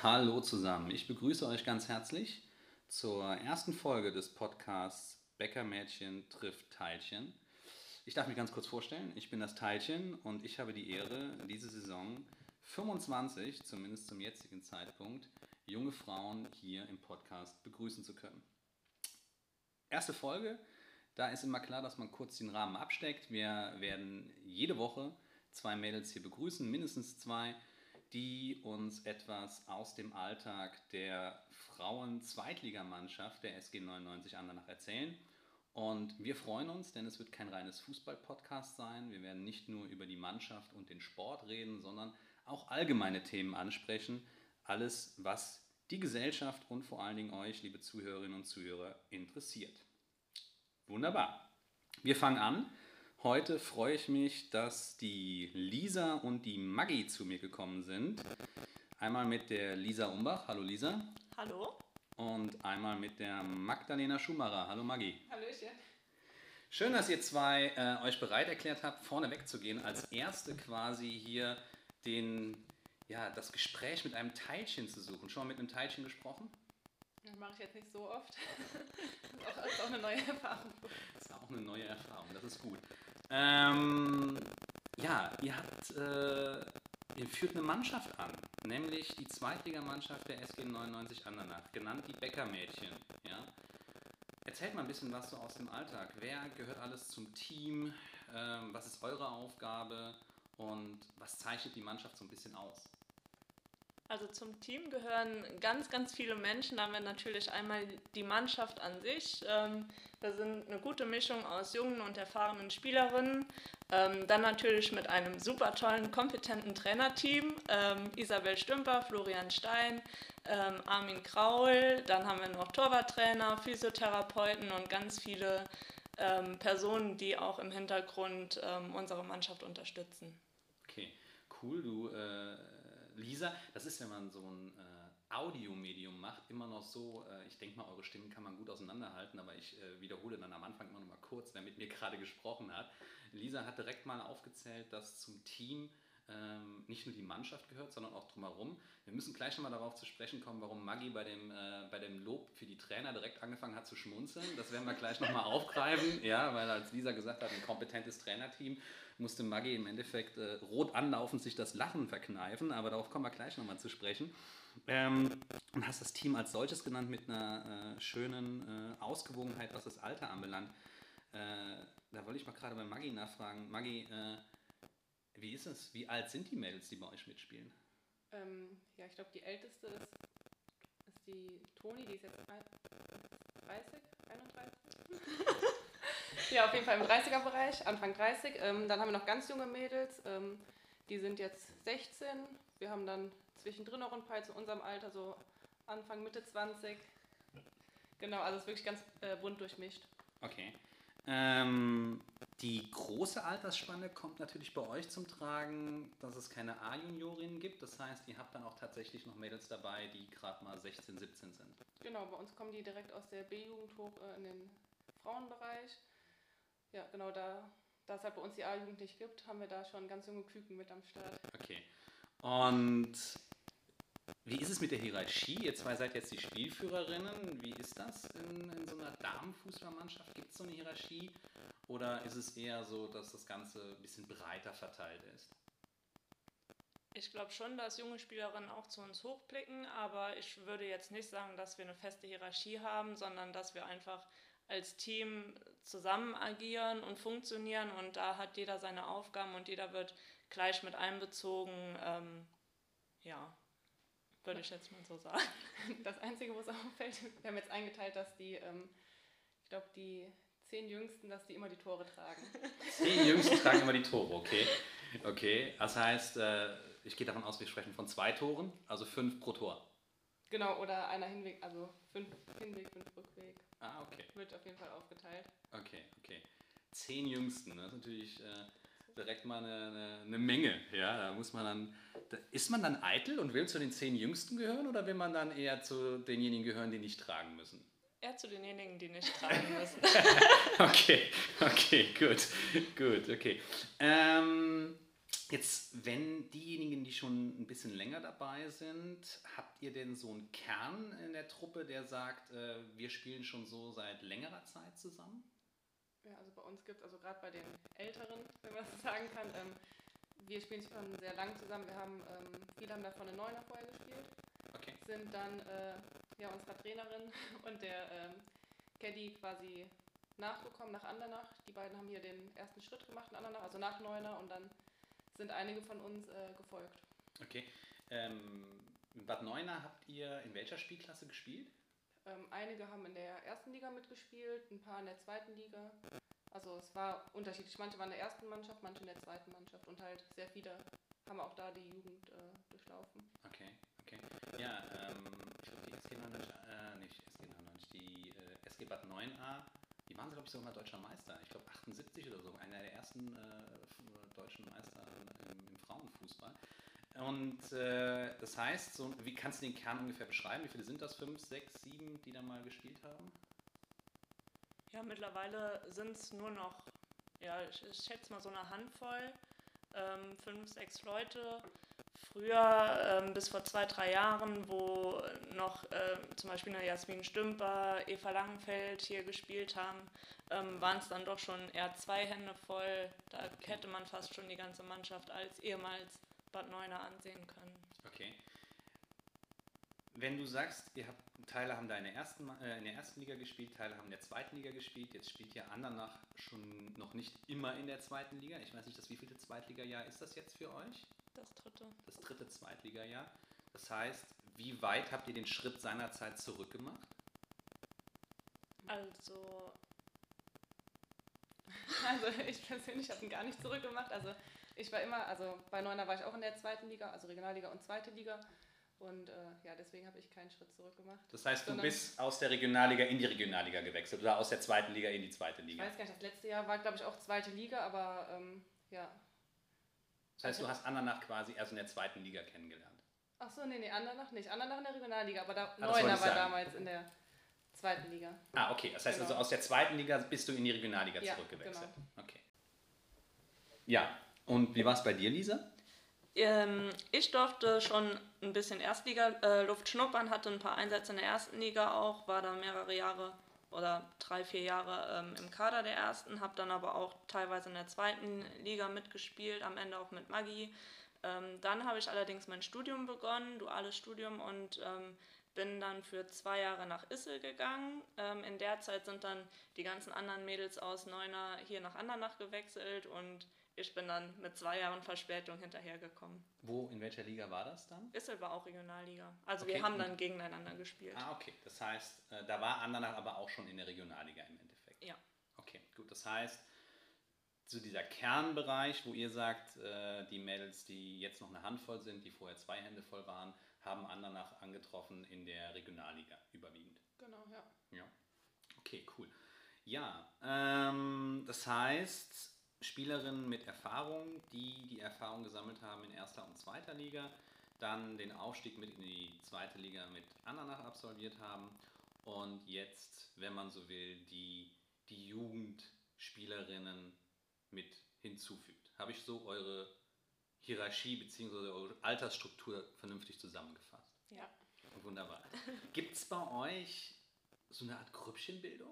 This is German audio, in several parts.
Hallo zusammen, ich begrüße euch ganz herzlich zur ersten Folge des Podcasts Bäckermädchen trifft Teilchen. Ich darf mich ganz kurz vorstellen, ich bin das Teilchen und ich habe die Ehre, diese Saison 25, zumindest zum jetzigen Zeitpunkt, junge Frauen hier im Podcast begrüßen zu können. Erste Folge, da ist immer klar, dass man kurz den Rahmen absteckt. Wir werden jede Woche 2 Mädels hier begrüßen, mindestens 2, die uns etwas aus dem Alltag der Frauen-Zweitligamannschaft der SG 99 Andernach erzählen. Und wir freuen uns, denn es wird kein reines Fußball-Podcast sein. Wir werden nicht nur über die Mannschaft und den Sport reden, sondern auch allgemeine Themen ansprechen. Alles, was die Gesellschaft und vor allen Dingen euch, liebe Zuhörerinnen und Zuhörer, interessiert. Wunderbar. Wir fangen an. Heute freue ich mich, dass die Lisa und die Maggi zu mir gekommen sind. Einmal mit der Lisa Umbach. Hallo Lisa. Hallo. Und einmal mit der Magdalena Schumacher. Hallo Maggi. Hallöchen. Schön, dass ihr zwei euch bereit erklärt habt, vorne wegzugehen. Als erste quasi hier das Gespräch mit einem Teilchen zu suchen. Schon mal mit einem Teilchen gesprochen? Das mache ich jetzt nicht so oft. Das ist auch eine neue Erfahrung. Das ist auch eine neue Erfahrung, das ist gut. Ihr führt eine Mannschaft an, nämlich die Zweitligamannschaft der SG 99 Andernach, genannt die Bäckermädchen. Ja? Erzählt mal ein bisschen was so aus dem Alltag. Wer gehört alles zum Team? Was ist eure Aufgabe? Und was zeichnet die Mannschaft so ein bisschen aus? Also zum Team gehören ganz, ganz viele Menschen. Da haben wir natürlich einmal die Mannschaft an sich. Wir sind eine gute Mischung aus jungen und erfahrenen Spielerinnen. Dann natürlich mit einem super tollen, kompetenten Trainerteam. Isabel Stümper, Florian Stein, Armin Kraul. Dann haben wir noch Torwarttrainer, Physiotherapeuten und ganz viele Personen, die auch im Hintergrund unsere Mannschaft unterstützen. Okay, cool. Lisa, das ist, wenn man so ein Audiomedium macht, immer noch so, ich denke mal, eure Stimmen kann man gut auseinanderhalten, aber ich wiederhole dann am Anfang immer noch mal kurz, wer mit mir gerade gesprochen hat. Lisa hat direkt mal aufgezählt, dass zum Team nicht nur die Mannschaft gehört, sondern auch drumherum. Wir müssen gleich nochmal darauf zu sprechen kommen, warum Maggi bei dem Lob für die Trainer direkt angefangen hat zu schmunzeln. Das werden wir gleich nochmal aufgreifen, ja, weil als Lisa gesagt hat, ein kompetentes Trainerteam, musste Maggi im Endeffekt rot anlaufend sich das Lachen verkneifen, aber darauf kommen wir gleich nochmal zu sprechen. Und hast das Team als solches genannt mit einer schönen Ausgewogenheit, was das Alter anbelangt. Da wollte ich mal gerade bei Maggi nachfragen. Maggi, wie ist es? Wie alt sind die Mädels, die bei euch mitspielen? Ich glaube, die älteste ist die Toni, die ist jetzt 30, 31. Ja, auf jeden Fall im 30er-Bereich, Anfang 30. Dann haben wir noch ganz junge Mädels, die sind jetzt 16. Wir haben dann zwischendrin noch ein paar zu unserem Alter, so Anfang, Mitte 20. Genau, also es ist wirklich ganz bunt durchmischt. Okay. Die große Altersspanne kommt natürlich bei euch zum Tragen, dass es keine A-Juniorinnen gibt. Das heißt, ihr habt dann auch tatsächlich noch Mädels dabei, die gerade mal 16, 17 sind. Genau, bei uns kommen die direkt aus der B-Jugend hoch in den Frauenbereich. Ja, genau, da es halt bei uns die A-Jugend nicht gibt, haben wir da schon ganz junge Küken mit am Start. Okay. Und wie ist es mit der Hierarchie? Ihr zwei seid jetzt die Spielführerinnen. Wie ist das in so einer Damenfußballmannschaft? Gibt es so eine Hierarchie? Oder ist es eher so, dass das Ganze ein bisschen breiter verteilt ist? Ich glaube schon, dass junge Spielerinnen auch zu uns hochblicken, aber ich würde jetzt nicht sagen, dass wir eine feste Hierarchie haben, sondern dass wir einfach als Team zusammen agieren und funktionieren und da hat jeder seine Aufgaben und jeder wird gleich mit einbezogen. Würde ich jetzt mal so sagen. Das Einzige, was auffällt, wir haben jetzt eingeteilt, dass die 10 Jüngsten, dass die immer die Tore tragen. 10 Jüngsten tragen immer die Tore, okay. Das heißt, ich gehe davon aus, wir sprechen von 2 Toren, also 5 pro Tor. Genau, oder einer Hinweg, also 5 Hinweg, 5 Rückweg. Ah, okay. Wird auf jeden Fall aufgeteilt. Okay. 10 Jüngsten, das ist natürlich direkt mal eine Menge. Ja, da muss man dann. Ist man dann eitel und will zu den 10 Jüngsten gehören oder will man dann eher zu denjenigen gehören, die nicht tragen müssen? Eher zu denjenigen, die nicht tragen müssen. Okay, gut, okay. Jetzt, wenn diejenigen, die schon ein bisschen länger dabei sind, habt ihr denn so einen Kern in der Truppe, der sagt, wir spielen schon so seit längerer Zeit zusammen? Ja, also bei uns gibt es, also gerade bei den Älteren, wenn man das so sagen kann, wir spielen schon sehr lang zusammen. Viele haben davon eine Neuner vorher gespielt, Okay. sind dann unserer Trainerin und der Caddy quasi nachgekommen nach Andernach. Die beiden haben hier den ersten Schritt gemacht in Andernach, also nach Neuner, und dann sind einige von uns gefolgt. Okay. In Bad Neuenahr habt ihr in welcher Spielklasse gespielt? Einige haben in der ersten Liga mitgespielt, ein paar in der zweiten Liga. Also es war unterschiedlich. Manche waren in der ersten Mannschaft, manche in der zweiten Mannschaft und halt sehr viele haben auch da die Jugend durchlaufen. Okay. Ja, ich glaube die SG 99, nicht SG 99, die SG Bad Neuenahr, die waren, glaube ich, sogar mal deutscher Meister. Ich glaube 78 oder so, einer der ersten deutschen Meister im Frauenfußball. Und das heißt, so, wie kannst du den Kern ungefähr beschreiben? Wie viele sind das? 5, 6, 7, die da mal gespielt haben? Ja, mittlerweile sind es nur noch, ja, ich schätze mal so eine Handvoll, 5, 6 Leute. Früher, bis vor 2, 3 Jahren, wo noch zum Beispiel eine Jasmin Stümper, Eva Langenfeld hier gespielt haben, waren es dann doch schon eher 2 Hände voll. Da hätte man fast schon die ganze Mannschaft als ehemals Bad Neuenahr ansehen können. Okay. Wenn du sagst, Teile haben da in der ersten Liga gespielt, Teile haben in der zweiten Liga gespielt, jetzt spielt ja Andernach schon noch nicht immer in der zweiten Liga. Ich weiß nicht, das wievielte Zweitligajahr ist das jetzt für euch? Das dritte. Das dritte Zweitligajahr. Das heißt, wie weit habt ihr den Schritt seinerzeit zurückgemacht? Also Ich persönlich habe ihn gar nicht zurückgemacht. Also ich war immer, also bei Neuner war ich auch in der zweiten Liga, also Regionalliga und zweite Liga. Und deswegen habe ich keinen Schritt zurück gemacht. Das heißt, du bist aus der Regionalliga in die Regionalliga gewechselt oder aus der zweiten Liga in die zweite Liga? Ich weiß gar nicht, das letzte Jahr war, glaube ich, auch zweite Liga, aber ja. Das heißt, du hast Andernach quasi erst in der zweiten Liga kennengelernt? Ach so, nee, Andernach nicht. Andernach in der Regionalliga, aber wollte Neuner ich war sagen. damals in der zweiten Liga. Ah, okay. Das heißt Genau. also, aus der zweiten Liga bist du in die Regionalliga zurückgewechselt. Genau. Okay. Ja, und wie war es bei dir, Lisa? Ich durfte schon ein bisschen Erstliga-Luft schnuppern, hatte ein paar Einsätze in der ersten Liga auch, war da mehrere Jahre oder 3, 4 Jahre im Kader der ersten, habe dann aber auch teilweise in der zweiten Liga mitgespielt, am Ende auch mit Maggi. Dann habe ich allerdings mein Studium begonnen, duales Studium, und bin dann für 2 Jahre nach Issel gegangen. In der Zeit sind dann die ganzen anderen Mädels aus Neuenahr hier nach Andernach gewechselt und ich bin dann mit 2 Jahren Verspätung hinterhergekommen. Wo, in welcher Liga war das dann? Issel war auch Regionalliga. Also Okay, wir haben und- dann gegeneinander gespielt. Ah, okay. Das heißt, da war Andernach aber auch schon in der Regionalliga im Endeffekt. Ja. Okay, gut. Das heißt, so dieser Kernbereich, wo ihr sagt, die Mädels, die jetzt noch eine Handvoll sind, die vorher 2 Hände voll waren, haben Andernach angetroffen in der Regionalliga überwiegend. Genau, ja. Ja. Okay, cool. Ja, das heißt, Spielerinnen mit Erfahrung, die Erfahrung gesammelt haben in erster und zweiter Liga, dann den Aufstieg mit in die zweite Liga mit Andernach absolviert haben und jetzt, wenn man so will, die Jugendspielerinnen mit hinzufügt. Habe ich so eure Hierarchie bzw. eure Altersstruktur vernünftig zusammengefasst? Ja. Wunderbar. Gibt es bei euch so eine Art Grüppchenbildung?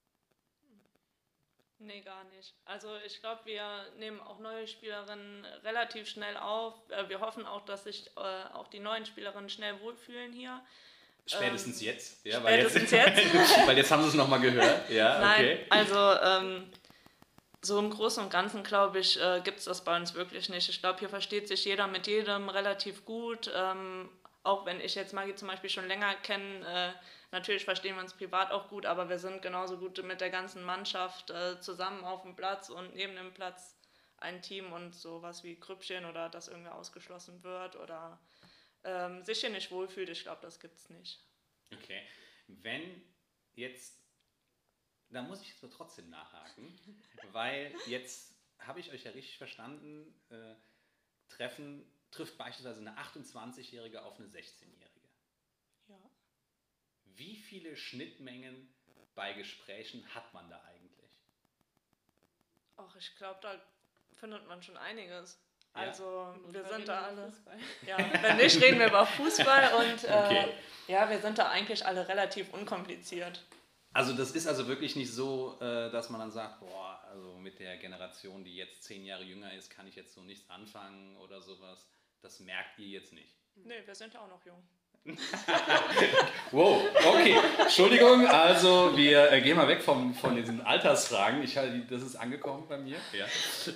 Nee, gar nicht. Also ich glaube, wir nehmen auch neue Spielerinnen relativ schnell auf. Wir hoffen auch, dass sich auch die neuen Spielerinnen schnell wohlfühlen hier. Spätestens jetzt. Ja, spätestens weil jetzt. weil jetzt haben sie es nochmal gehört. Ja, Nein, okay. also so im Großen und Ganzen, glaube ich, gibt es das bei uns wirklich nicht. Ich glaube, hier versteht sich jeder mit jedem relativ gut. Auch wenn ich jetzt Maggi zum Beispiel schon länger kenne, natürlich verstehen wir uns privat auch gut, aber wir sind genauso gut mit der ganzen Mannschaft zusammen auf dem Platz und neben dem Platz ein Team, und sowas wie Grüppchen oder dass irgendwer ausgeschlossen wird oder sich hier nicht wohlfühlt, ich glaube, das gibt es nicht. Okay. Wenn jetzt, da muss ich jetzt aber trotzdem nachhaken, weil jetzt habe ich euch ja richtig verstanden, trifft beispielsweise eine 28-Jährige auf eine 16-Jährige. Ja. Wie viele Schnittmengen bei Gesprächen hat man da eigentlich? Ach, ich glaube, da findet man schon einiges. Also wir Oder sind da reden wir alle, über Fußball? ja, wenn nicht, reden wir über Fußball und Okay. ja, wir sind da eigentlich alle relativ unkompliziert. Also das ist also wirklich nicht so, dass man dann sagt, boah, also mit der Generation, die jetzt 10 Jahre jünger ist, kann ich jetzt so nichts anfangen oder sowas. Das merkt ihr jetzt nicht. Nee, wir sind ja auch noch jung. Wow, okay. Entschuldigung, also wir gehen mal weg von diesen Altersfragen. Das ist angekommen bei mir. Ja.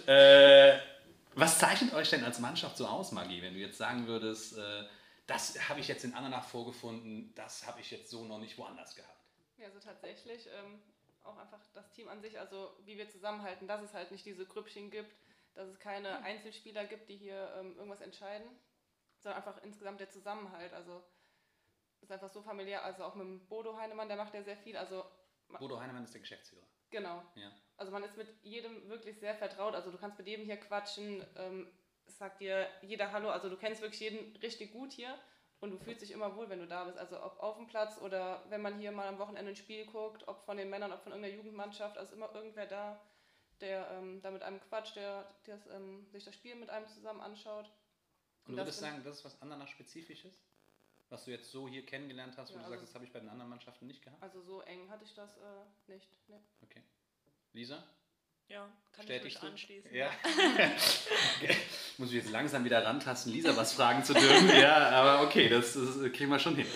Was zeichnet euch denn als Mannschaft so aus, Maggie, wenn du jetzt sagen würdest, das habe ich jetzt in Andernach vorgefunden, das habe ich jetzt so noch nicht woanders gehabt? Ja, also tatsächlich auch einfach das Team an sich, also wie wir zusammenhalten, dass es halt nicht diese Grüppchen gibt, dass es keine Einzelspieler gibt, die hier irgendwas entscheiden, sondern einfach insgesamt der Zusammenhalt. Also ist einfach so familiär, also auch mit dem Bodo Heinemann, der macht ja sehr viel. Also Bodo Heinemann ist der Geschäftsführer. genau. Ja. Also man ist mit jedem wirklich sehr vertraut. Also du kannst mit jedem hier quatschen, es sagt dir jeder Hallo. Also du kennst wirklich jeden richtig gut hier und du fühlst dich immer wohl, wenn du da bist. Also ob auf dem Platz oder wenn man hier mal am Wochenende ein Spiel guckt, ob von den Männern, ob von irgendeiner Jugendmannschaft, also immer irgendwer da, der da mit einem quatscht, der sich das Spiel mit einem zusammen anschaut. Und du würdest sagen, das ist was Andernach Spezifisches? Was du jetzt so hier kennengelernt hast, wo Ja, du also sagst, das habe ich bei den anderen Mannschaften nicht gehabt? Also so eng hatte ich das nicht. Nee. Okay. Lisa? Ja, kann ich Bestätigst mich du? anschließen. Ja. Muss ich jetzt langsam wieder rantasten, Lisa was fragen zu dürfen. Ja, aber okay, das kriegen wir schon hin.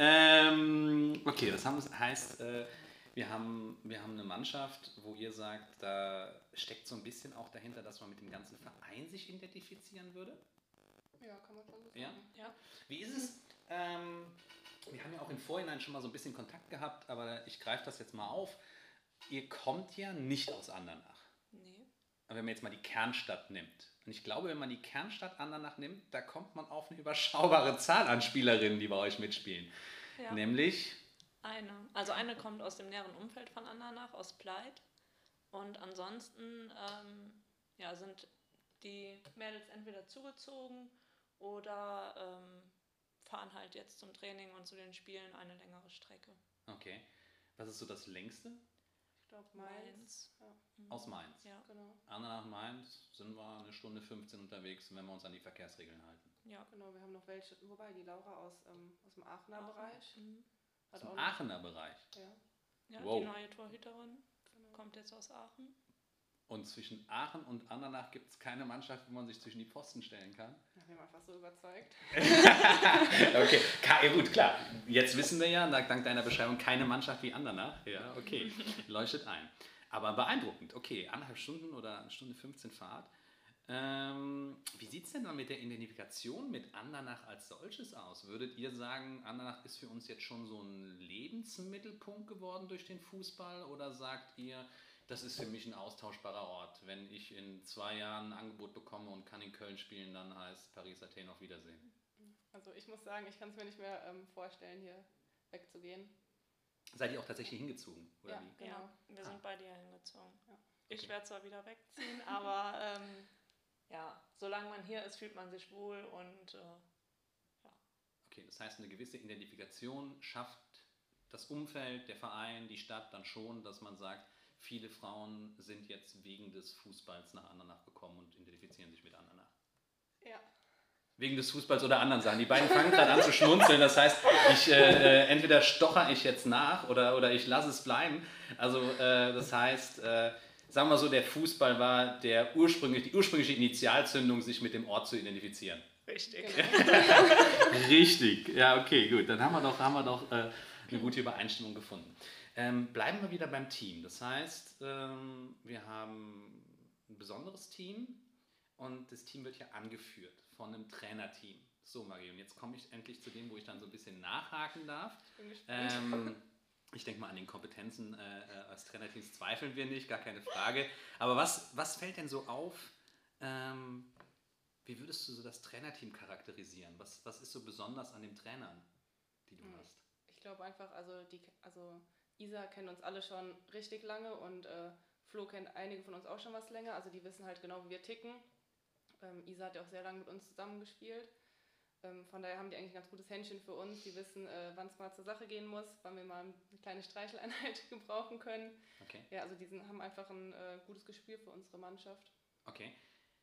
Okay, das heißt, wir haben eine Mannschaft, wo ihr sagt, da steckt so ein bisschen auch dahinter, dass man mit dem ganzen Verein sich identifizieren würde. Ja, kann man schon so sagen. Ja? Ja. Wie ist es? Wir haben ja auch im Vorhinein schon mal so ein bisschen Kontakt gehabt, aber ich greife das jetzt mal auf. Ihr kommt ja nicht aus Andernach. Nee. Aber wenn man jetzt mal die Kernstadt nimmt. Und ich glaube, wenn man die Kernstadt Andernach nimmt, da kommt man auf eine überschaubare Zahl an Spielerinnen, die bei euch mitspielen. Ja. Nämlich? Eine kommt aus dem näheren Umfeld von Andernach, aus Pleit. Und ansonsten sind die Mädels entweder zugezogen oder fahren halt jetzt zum Training und zu den Spielen eine längere Strecke. Okay. Was ist so das längste? Ich glaube Mainz. Ja, Aus Mainz. Ja. genau. Andernach, Mainz sind wir 1:15 unterwegs, wenn wir uns an die Verkehrsregeln halten. Ja. Genau, wir haben noch welche, wobei die Laura aus dem Aachener Bereich. Aus Hat dem auch noch- Aachener Bereich. Ja, Ja, Wow. die neue Torhüterin genau. kommt jetzt aus Aachen. Und zwischen Aachen und Andernach gibt es keine Mannschaft, wo man sich zwischen die Pfosten stellen kann. Ja, wir haben einfach so überzeugt. Okay, ja, gut, klar. Jetzt wissen wir ja, dank deiner Beschreibung, keine Mannschaft wie Andernach. Ja, okay, leuchtet ein. Aber beeindruckend. Okay, 1,5 Stunden oder 1:15 Fahrt. Wie sieht es denn dann mit der Identifikation mit Andernach als solches aus? Würdet ihr sagen, Andernach ist für uns jetzt schon so ein Lebensmittelpunkt geworden durch den Fußball? Oder sagt ihr, das ist für mich ein austauschbarer Ort? Wenn ich in 2 Jahren ein Angebot bekomme und kann in Köln spielen, dann heißt Paris Athen auf Wiedersehen. Also ich muss sagen, ich kann es mir nicht mehr vorstellen, hier wegzugehen. Seid ihr auch tatsächlich hingezogen? Oder Ja. wie? Genau. Ja, wir sind bei dir hingezogen. Ja. Ich Okay. werde zwar wieder wegziehen, aber solange man hier ist, fühlt man sich wohl und Okay, das heißt, eine gewisse Identifikation schafft das Umfeld, der Verein, die Stadt dann schon, dass man sagt, viele Frauen sind jetzt wegen des Fußballs nach Andernach gekommen und identifizieren sich mit Andernach. Ja. Wegen des Fußballs oder anderen Sachen. Die beiden fangen gerade an zu schmunzeln. Das heißt, entweder stocher ich jetzt nach oder ich lasse es bleiben. Also das heißt, sagen wir so, der Fußball war die ursprüngliche Initialzündung, sich mit dem Ort zu identifizieren. richtig. Genau. Richtig, ja, okay, gut. Dann haben wir doch eine gute Übereinstimmung gefunden. Bleiben wir wieder beim Team. Das heißt, wir haben ein besonderes Team und das Team wird ja angeführt von einem Trainerteam. So, Marie, und jetzt komme ich endlich zu dem, wo ich dann so ein bisschen nachhaken darf. Ich bin gespannt. Ich denke mal, an den Kompetenzen als Trainerteams zweifeln wir nicht, gar keine Frage. Aber was fällt denn so auf? Wie würdest du so das Trainerteam charakterisieren? Was ist so besonders an den Trainern, die du hast? Ich glaube einfach, also Isa kennt uns alle schon richtig lange und Flo kennt einige von uns auch schon was länger. Also die wissen halt genau, wie wir ticken. Isa hat ja auch sehr lange mit uns zusammengespielt. Von daher haben die eigentlich ein ganz gutes Händchen für uns. Die wissen, wann es mal zur Sache gehen muss, wann wir mal eine kleine Streicheleinheit gebrauchen können. Okay. Ja, also haben einfach ein gutes Gespür für unsere Mannschaft. Okay.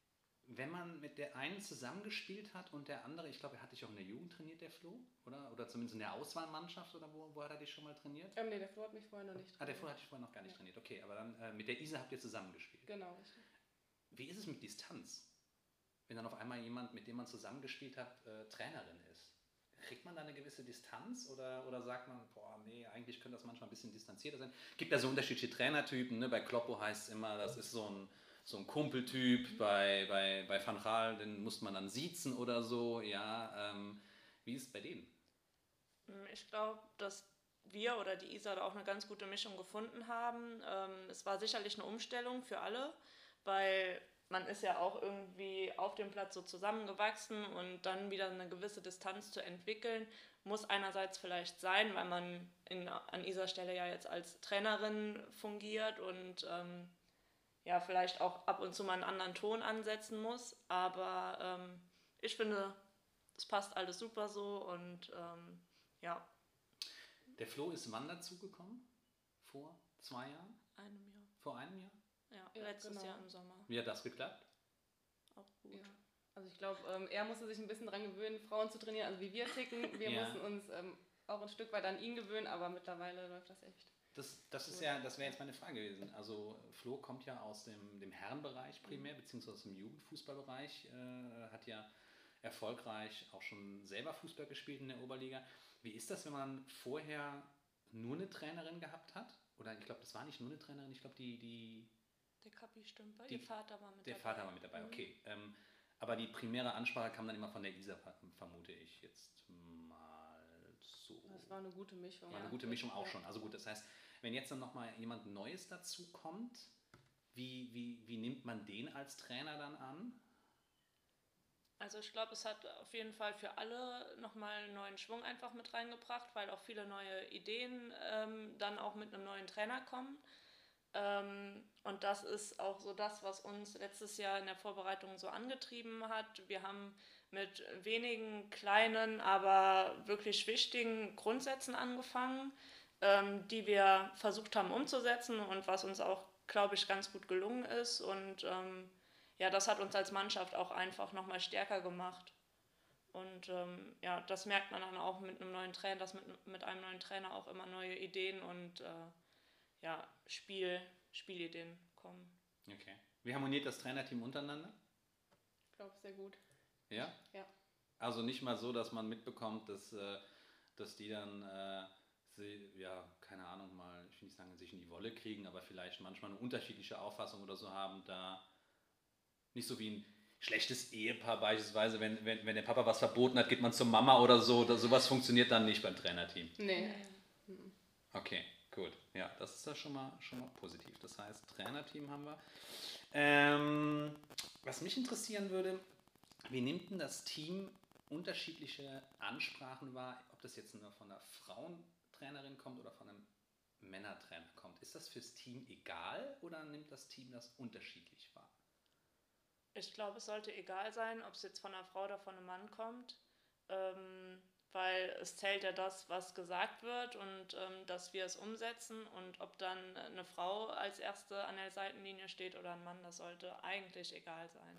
wenn man mit der einen zusammengespielt hat und der andere, ich glaube, er hat dich auch in der Jugend trainiert, der Flo, oder? Oder zumindest in der Auswahlmannschaft, oder wo hat er dich schon mal trainiert? Nee, der Flo hat mich vorher noch nicht trainiert. Der Flo hat dich vorher noch gar nicht trainiert, okay, aber dann mit der Isa habt ihr zusammengespielt. Genau, richtig. Wie ist es mit Distanz? Wenn dann auf einmal jemand, mit dem man zusammengespielt hat, Trainerin ist? Kriegt man da eine gewisse Distanz oder sagt man, boah, nee, eigentlich könnte das manchmal ein bisschen distanzierter sein? Gibt da so unterschiedliche Trainertypen, ne? Bei Kloppo heißt es immer, das ist so ein Kumpeltyp, bei Van Gaal, den muss man dann siezen oder so, ja. Wie ist es bei denen? Ich glaube, dass wir oder die Isa da auch eine ganz gute Mischung gefunden haben. Es war sicherlich eine Umstellung für alle, weil man ist ja auch irgendwie auf dem Platz so zusammengewachsen und dann wieder eine gewisse Distanz zu entwickeln, muss einerseits vielleicht sein, weil man an dieser Stelle ja jetzt als Trainerin fungiert und ja, vielleicht auch ab und zu mal einen anderen Ton ansetzen muss, aber ich finde, es passt alles super so und ja. Der Flo ist wann dazugekommen? Vor 2 Jahren? Einem Jahr. Vor einem Jahr? Ja, letztes Jahr im Sommer. Wie hat das geklappt? Auch gut. Ja. Also ich glaube, er musste sich ein bisschen daran gewöhnen, Frauen zu trainieren, also wie wir ticken. Wir mussten uns auch ein Stück weit an ihn gewöhnen, aber mittlerweile läuft das echt. Das wäre jetzt meine Frage gewesen. Also Flo kommt ja aus dem Herrenbereich primär, beziehungsweise aus dem Jugendfußballbereich, hat ja erfolgreich auch schon selber Fußball gespielt in der Oberliga. Wie ist das, wenn man vorher nur eine Trainerin gehabt hat? Oder ich glaube, das war nicht nur eine Trainerin, ich glaube, Der Kapi Stümper, ihr Vater war mit dabei. Der Vater war mit dabei, okay. Aber die primäre Ansprache kam dann immer von der Isa, vermute ich jetzt mal so. Das war eine gute Mischung. War eine gute Mischung auch schon. Also gut, das heißt, wenn jetzt dann nochmal jemand Neues dazu kommt, wie nimmt man den als Trainer dann an? Also ich glaube, es hat auf jeden Fall für alle nochmal einen neuen Schwung einfach mit reingebracht, weil auch viele neue Ideen dann auch mit einem neuen Trainer kommen. Und das ist auch so das, was uns letztes Jahr in der Vorbereitung so angetrieben hat. Wir haben mit wenigen kleinen, aber wirklich wichtigen Grundsätzen angefangen, die wir versucht haben umzusetzen und was uns auch, glaube ich, ganz gut gelungen ist. Und ja, das hat uns als Mannschaft auch einfach nochmal stärker gemacht. Und ja, das merkt man dann auch mit einem neuen Trainer, dass mit einem neuen Trainer auch immer neue Ideen und ja, Spielideen kommen. Okay. Wie harmoniert das Trainerteam untereinander? Ich glaube, sehr gut. Ja? Ja. Also nicht mal so, dass man mitbekommt, dass die dann, ja, keine Ahnung, mal, ich will nicht sagen, sich in die Wolle kriegen, aber vielleicht manchmal eine unterschiedliche Auffassung oder so haben, da nicht so wie ein schlechtes Ehepaar beispielsweise, wenn der Papa was verboten hat, geht man zur Mama oder so, sowas funktioniert dann nicht beim Trainerteam. Nee. Okay, gut. Ja, das ist ja schon mal positiv. Das heißt, Trainerteam haben wir. Was mich interessieren würde, wie nimmt denn das Team unterschiedliche Ansprachen wahr, ob das jetzt nur von einer Frauentrainerin kommt oder von einem Männertrainer kommt? Ist das fürs Team egal oder nimmt das Team das unterschiedlich wahr? Ich glaube, es sollte egal sein, ob es jetzt von einer Frau oder von einem Mann kommt, weil es zählt ja das, was gesagt wird und dass wir es umsetzen und ob dann eine Frau als Erste an der Seitenlinie steht oder ein Mann, das sollte eigentlich egal sein.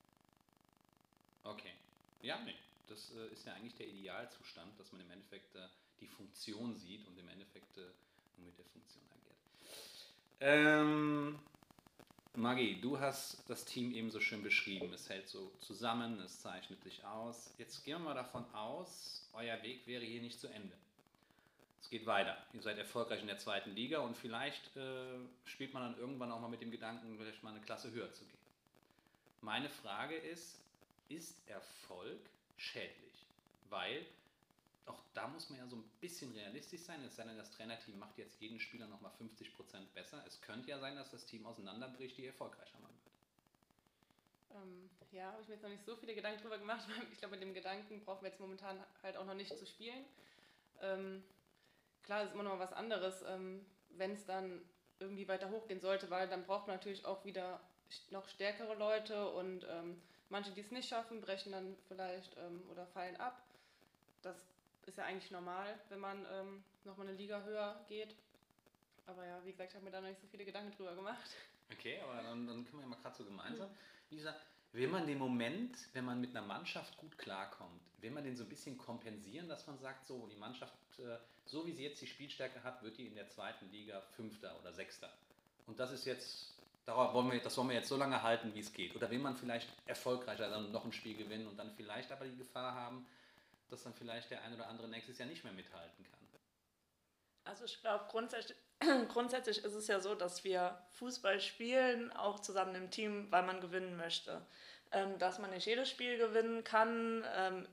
Okay. Ja, nee. Das ist ja eigentlich der Idealzustand, dass man im Endeffekt die Funktion sieht und im Endeffekt nur mit der Funktion agiert. Maggie, du hast das Team eben so schön beschrieben. Es hält so zusammen, es zeichnet sich aus. Jetzt gehen wir mal davon aus, euer Weg wäre hier nicht zu Ende. Es geht weiter. Ihr seid erfolgreich in der 2. Liga und vielleicht spielt man dann irgendwann auch mal mit dem Gedanken, vielleicht mal eine Klasse höher zu gehen. Meine Frage ist Erfolg schädlich? Weil auch da muss man ja so ein bisschen realistisch sein, es sei denn, das Trainerteam macht jetzt jeden Spieler nochmal 50% besser. Es könnte ja sein, dass das Team auseinanderbricht, je erfolgreicher man wird. Ja, habe ich mir jetzt noch nicht so viele Gedanken drüber gemacht, weil ich glaube, mit dem Gedanken brauchen wir jetzt momentan halt auch noch nicht zu spielen. Klar, es ist immer noch was anderes, wenn es dann irgendwie weiter hochgehen sollte, weil dann braucht man natürlich auch wieder noch stärkere Leute und manche, die es nicht schaffen, brechen dann vielleicht oder fallen ab. Das ist ja eigentlich normal, wenn man nochmal eine Liga höher geht. Aber ja, wie gesagt, ich habe mir da noch nicht so viele Gedanken drüber gemacht. Okay, aber dann können wir ja mal gerade so gemeinsam. Lisa, Will man den Moment, wenn man mit einer Mannschaft gut klarkommt, will man den so ein bisschen kompensieren, dass man sagt, so die Mannschaft, so wie sie jetzt die Spielstärke hat, wird die in der zweiten Liga Fünfter oder Sechster. Und das ist jetzt, das wollen wir jetzt so lange halten, wie es geht. Oder will man vielleicht erfolgreicher dann noch ein Spiel gewinnen und dann vielleicht aber die Gefahr haben, dass dann vielleicht der ein oder andere nächstes Jahr nicht mehr mithalten kann. Also ich glaube, grundsätzlich ist es ja so, dass wir Fußball spielen, auch zusammen im Team, weil man gewinnen möchte. Dass man nicht jedes Spiel gewinnen kann,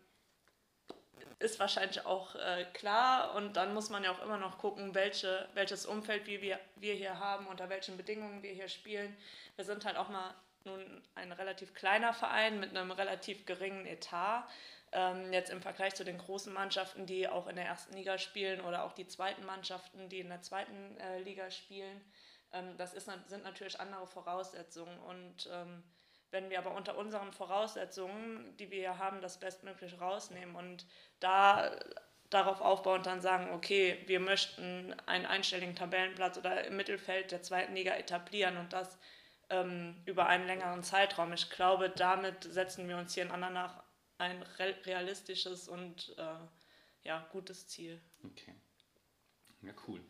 ist wahrscheinlich auch klar. Und dann muss man ja auch immer noch gucken, welches Umfeld wir hier haben, unter welchen Bedingungen wir hier spielen. Wir sind halt auch mal nun ein relativ kleiner Verein mit einem relativ geringen Etat. Jetzt im Vergleich zu den großen Mannschaften, die auch in der ersten Liga spielen oder auch die zweiten Mannschaften, die in der zweiten Liga spielen. Sind natürlich andere Voraussetzungen. Und wenn wir aber unter unseren Voraussetzungen, die wir hier haben, das bestmögliche rausnehmen und darauf aufbauen und dann sagen, okay, wir möchten einen einstelligen Tabellenplatz oder im Mittelfeld der zweiten Liga etablieren und das über einen längeren Zeitraum. Ich glaube, damit setzen wir uns hier in Andernach ein realistisches und gutes Ziel. Okay. Ja, cool.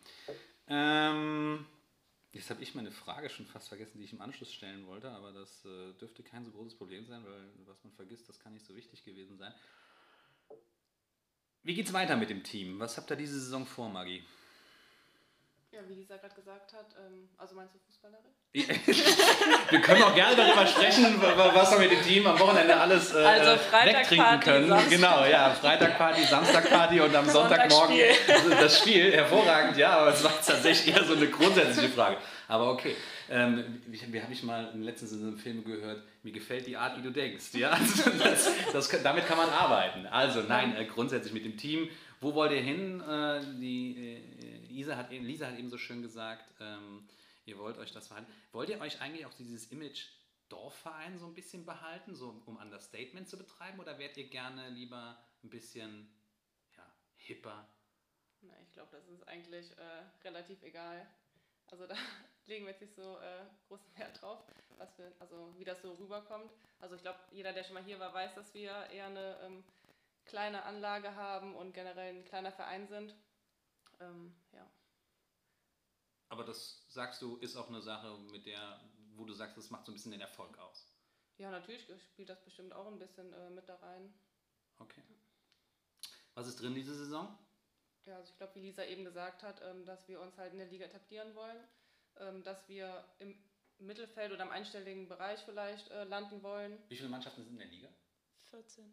Jetzt habe ich meine Frage schon fast vergessen, die ich im Anschluss stellen wollte, aber das dürfte kein so großes Problem sein, weil was man vergisst, das kann nicht so wichtig gewesen sein. Wie geht's weiter mit dem Team? Was habt ihr diese Saison vor, Maggie? Ja, wie Lisa gerade gesagt hat, also meinst du Fußballerin? Wir können auch gerne darüber sprechen, was wir mit dem Team am Wochenende alles wegtrinken können. Samstag. Genau, ja, Freitagparty, Samstagparty und am Sonntagmorgen das Spiel. Hervorragend, ja, aber es war tatsächlich eher so eine grundsätzliche Frage. Aber okay, wie habe ich mal letztens in einem Film gehört, mir gefällt die Art, wie du denkst. Ja? Also damit kann man arbeiten. Also nein, grundsätzlich mit dem Team. Wo wollt ihr hin? Lisa hat eben so schön gesagt, ihr wollt euch das verhalten. Wollt ihr euch eigentlich auch dieses Image Dorfverein so ein bisschen behalten, so um Understatement zu betreiben, oder wärt ihr gerne lieber ein bisschen hipper? Na, ich glaube, das ist eigentlich relativ egal. Also da legen wir jetzt nicht so großen Wert drauf, wie das so rüberkommt. Also ich glaube, jeder, der schon mal hier war, weiß, dass wir eher eine kleine Anlage haben und generell ein kleiner Verein sind. Ja. Aber das, sagst du, ist auch eine Sache, wo du sagst, das macht so ein bisschen den Erfolg aus. Ja, natürlich spielt das bestimmt auch ein bisschen mit da rein. Okay. Was ist drin diese Saison? Ja, also ich glaube, wie Lisa eben gesagt hat, dass wir uns halt in der Liga etablieren wollen, dass wir im Mittelfeld oder im einstelligen Bereich vielleicht landen wollen. Wie viele Mannschaften sind in der Liga? 14.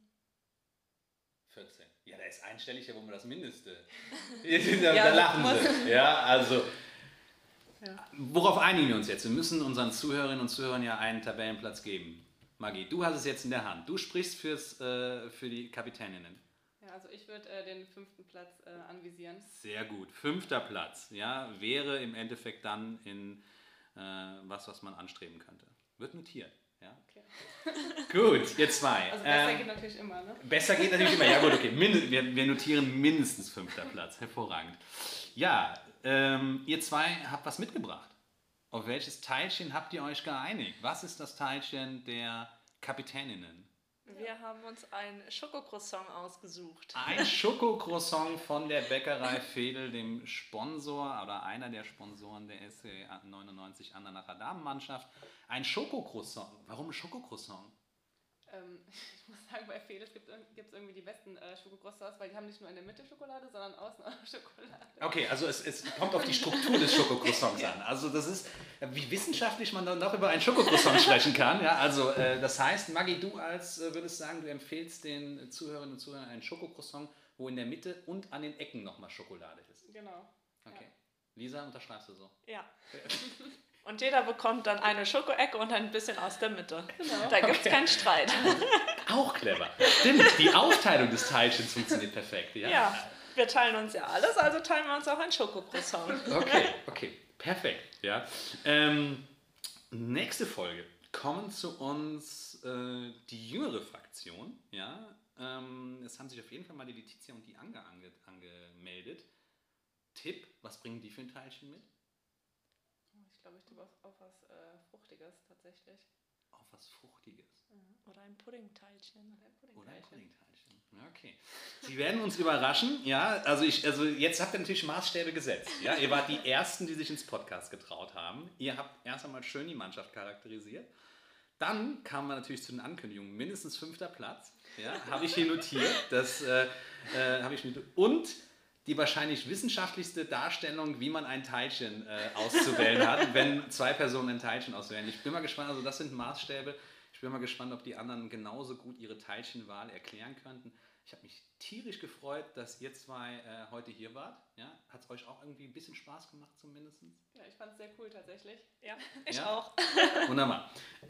14. Ja, da ist einstellig ja wohl das Mindeste. Da lachen sie. Ja, also. Ja. Worauf einigen wir uns jetzt? Wir müssen unseren Zuhörerinnen und Zuhörern ja einen Tabellenplatz geben. Maggie, du hast es jetzt in der Hand. Du sprichst für die Kapitäninnen. Ja, also ich würde den 5. Platz anvisieren. Sehr gut. 5. Platz, ja, wäre im Endeffekt dann in was man anstreben könnte. Wird notiert. Ja. Okay. Gut, ihr zwei. Also besser geht natürlich immer, ne? Besser geht natürlich immer. Ja gut, okay. Wir notieren mindestens 5. Platz. Hervorragend. Ja, ihr zwei habt was mitgebracht. Auf welches Teilchen habt ihr euch geeinigt? Was ist das Teilchen der Kapitäninnen? Wir haben uns ein Schokocroissant ausgesucht. Ein Schokocroissant von der Bäckerei Veedel, dem Sponsor oder einer der Sponsoren der SC 99 Andernacher Damenmannschaft. Ein Schokocroissant. Warum ein Schokocroissant? Ich muss sagen, bei Veedel gibt es irgendwie die besten Schokocroissants, weil die haben nicht nur in der Mitte Schokolade, sondern außen auch Schokolade. Okay, also es kommt auf die Struktur des Schokocroissants an. Also das ist, wie wissenschaftlich man dann noch über ein Schokocroissant sprechen kann. Ja, also das heißt, Maggie, du würdest sagen, du empfehlst den Zuhörerinnen und Zuhörern ein Schokocroissant, wo in der Mitte und an den Ecken nochmal Schokolade ist. Genau. Okay. Ja. Lisa, unterschreibst du so? Ja. Und jeder bekommt dann eine Schokoecke und ein bisschen aus der Mitte. Genau. Da gibt es keinen Streit. Auch clever. Stimmt, die Aufteilung des Teilchens funktioniert perfekt. Ja, wir teilen uns ja alles, also teilen wir uns auch ein Schokocroissant. Okay, perfekt. Ja. Nächste Folge kommen zu uns die jüngere Fraktion. Ja. Es haben sich auf jeden Fall mal die Letizia und die Anga angemeldet. Tipp, was bringen die für ein Teilchen mit? Ich glaube, ich tippe auf was Fruchtiges tatsächlich. auf was Fruchtiges. Oder ein Puddingteilchen. Oder ein Puddingteilchen. Ja, okay. Sie werden uns überraschen, ja. Also jetzt habt ihr natürlich Maßstäbe gesetzt. Ja? Ihr wart die Ersten, die sich ins Podcast getraut haben. Ihr habt erst einmal schön die Mannschaft charakterisiert. Dann kamen wir natürlich zu den Ankündigungen. Mindestens 5. Platz. Ja, habe ich hier notiert. Und die wahrscheinlich wissenschaftlichste Darstellung, wie man ein Teilchen auszuwählen hat, wenn 2 Personen ein Teilchen auswählen. Ich bin mal gespannt, also das sind Maßstäbe. Ich bin mal gespannt, ob die anderen genauso gut ihre Teilchenwahl erklären könnten. Ich habe mich tierisch gefreut, dass ihr 2 heute hier wart. Ja? Hat es euch auch irgendwie ein bisschen Spaß gemacht zumindest? Ja, ich fand es sehr cool tatsächlich. Ja, ich auch. Wunderbar.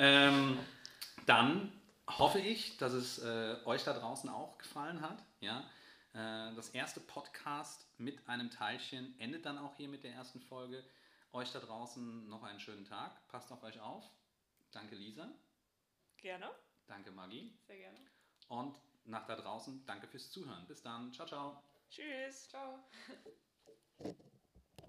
Dann hoffe ich, dass es euch da draußen auch gefallen hat. Ja? Das erste Podcast mit einem Teilchen endet dann auch hier mit der ersten Folge. Euch da draußen noch einen schönen Tag. Passt auf euch auf. Danke, Lisa. Gerne. Danke, Maggie. Sehr gerne. Und nach da draußen, danke fürs Zuhören. Bis dann. Ciao, ciao. Tschüss. Ciao.